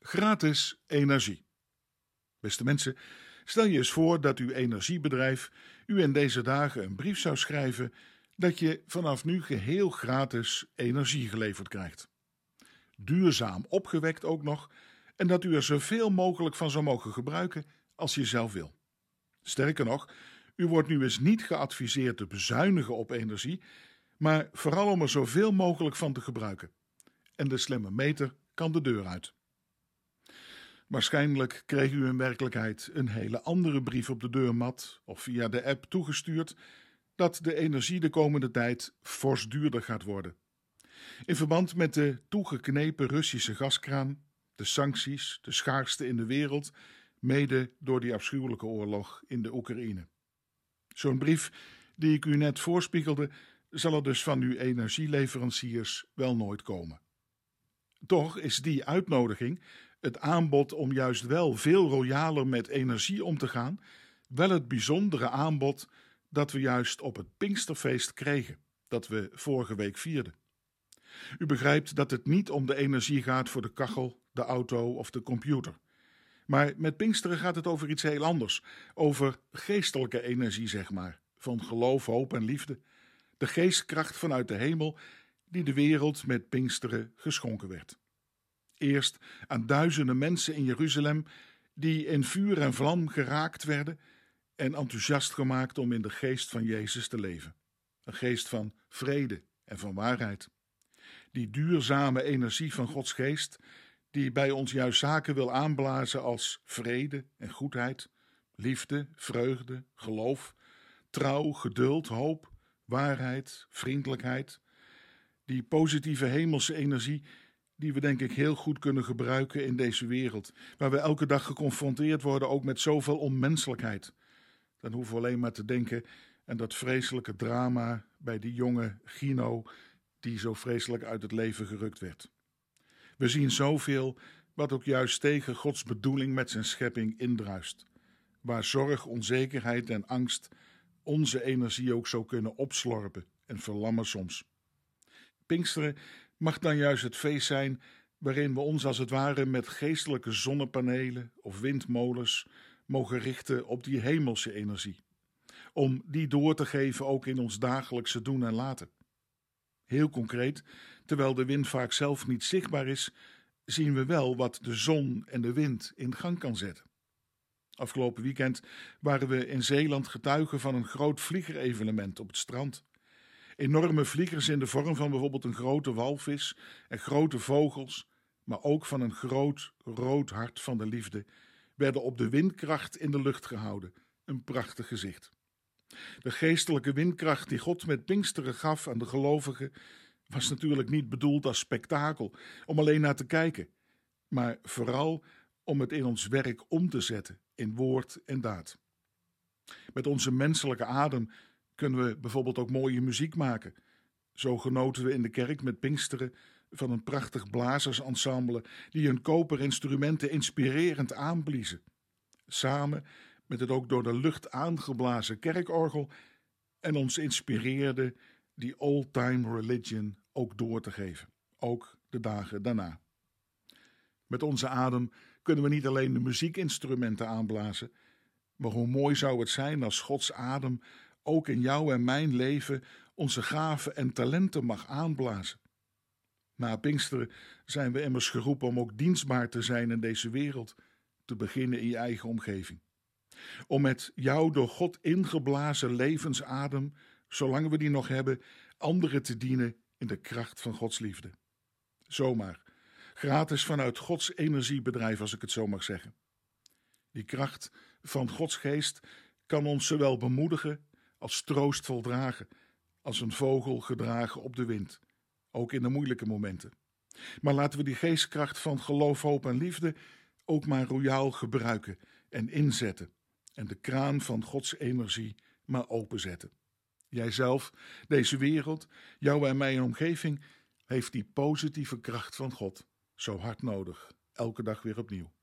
Gratis energie. Beste mensen, stel je eens voor dat uw energiebedrijf u in deze dagen een brief zou schrijven dat je vanaf nu geheel gratis energie geleverd krijgt. Duurzaam opgewekt ook nog, en dat u er zoveel mogelijk van zou mogen gebruiken als je zelf wil. Sterker nog, u wordt nu eens niet geadviseerd te bezuinigen op energie, maar vooral om er zoveel mogelijk van te gebruiken. En de slimme meter kan de deur uit. Waarschijnlijk kreeg u in werkelijkheid een hele andere brief op de deurmat of via de app toegestuurd dat de energie de komende tijd fors duurder gaat worden. In verband met de toegeknepen Russische gaskraan, de sancties, de schaarste in de wereld, mede door die afschuwelijke oorlog in de Oekraïne. Zo'n brief die ik u net voorspiegelde, zal er dus van uw energieleveranciers wel nooit komen. Toch is die uitnodiging, het aanbod om juist wel veel royaler met energie om te gaan, wel het bijzondere aanbod dat we juist op het Pinksterfeest kregen, dat we vorige week vierden. U begrijpt dat het niet om de energie gaat voor de kachel, de auto of de computer. Maar met Pinksteren gaat het over iets heel anders, over geestelijke energie, zeg maar, van geloof, hoop en liefde. De geestkracht vanuit de hemel die de wereld met Pinksteren geschonken werd. Eerst aan duizenden mensen in Jeruzalem die in vuur en vlam geraakt werden en enthousiast gemaakt om in de geest van Jezus te leven. Een geest van vrede en van waarheid. Die duurzame energie van Gods geest die bij ons juist zaken wil aanblazen als vrede en goedheid, liefde, vreugde, geloof, trouw, geduld, hoop, waarheid, vriendelijkheid. Die positieve hemelse energie die we denk ik heel goed kunnen gebruiken in deze wereld, waar we elke dag geconfronteerd worden ook met zoveel onmenselijkheid. Dan hoeven we alleen maar te denken aan dat vreselijke drama bij die jonge Gino die zo vreselijk uit het leven gerukt werd. We zien zoveel wat ook juist tegen Gods bedoeling met zijn schepping indruist, waar zorg, onzekerheid en angst onze energie ook zo kunnen opslorpen en verlammen soms. Pinksteren mag dan juist het feest zijn waarin we ons als het ware met geestelijke zonnepanelen of windmolens mogen richten op die hemelse energie, om die door te geven ook in ons dagelijkse doen en laten. Heel concreet, terwijl de wind vaak zelf niet zichtbaar is, zien we wel wat de zon en de wind in gang kan zetten. Afgelopen weekend waren we in Zeeland getuigen van een groot vliegerevenement op het strand. Enorme vliegers in de vorm van bijvoorbeeld een grote walvis en grote vogels, maar ook van een groot rood hart van de liefde, werden op de windkracht in de lucht gehouden. Een prachtig gezicht. De geestelijke windkracht die God met Pinksteren gaf aan de gelovigen was natuurlijk niet bedoeld als spektakel, om alleen naar te kijken, maar vooral om het in ons werk om te zetten, in woord en daad. Met onze menselijke adem kunnen we bijvoorbeeld ook mooie muziek maken. Zo genoten we in de kerk met Pinksteren van een prachtig blazersensemble die hun koperinstrumenten inspirerend aanbliezen. Samen met het ook door de lucht aangeblazen kerkorgel en ons inspireerde die old-time religion ook door te geven, ook de dagen daarna. Met onze adem kunnen we niet alleen de muziekinstrumenten aanblazen, maar hoe mooi zou het zijn als Gods adem ook in jou en mijn leven onze gaven en talenten mag aanblazen. Na Pinksteren zijn we immers geroepen om ook dienstbaar te zijn in deze wereld, te beginnen in je eigen omgeving. Om met jou door God ingeblazen levensadem, zolang we die nog hebben, anderen te dienen in de kracht van Gods liefde. Zomaar, gratis vanuit Gods energiebedrijf, als ik het zo mag zeggen. Die kracht van Gods geest kan ons zowel bemoedigen als troostvol dragen, als een vogel gedragen op de wind, ook in de moeilijke momenten. Maar laten we die geestkracht van geloof, hoop en liefde ook maar royaal gebruiken en inzetten en de kraan van Gods energie maar openzetten. Jijzelf, deze wereld, jou en mijn omgeving heeft die positieve kracht van God zo hard nodig, elke dag weer opnieuw.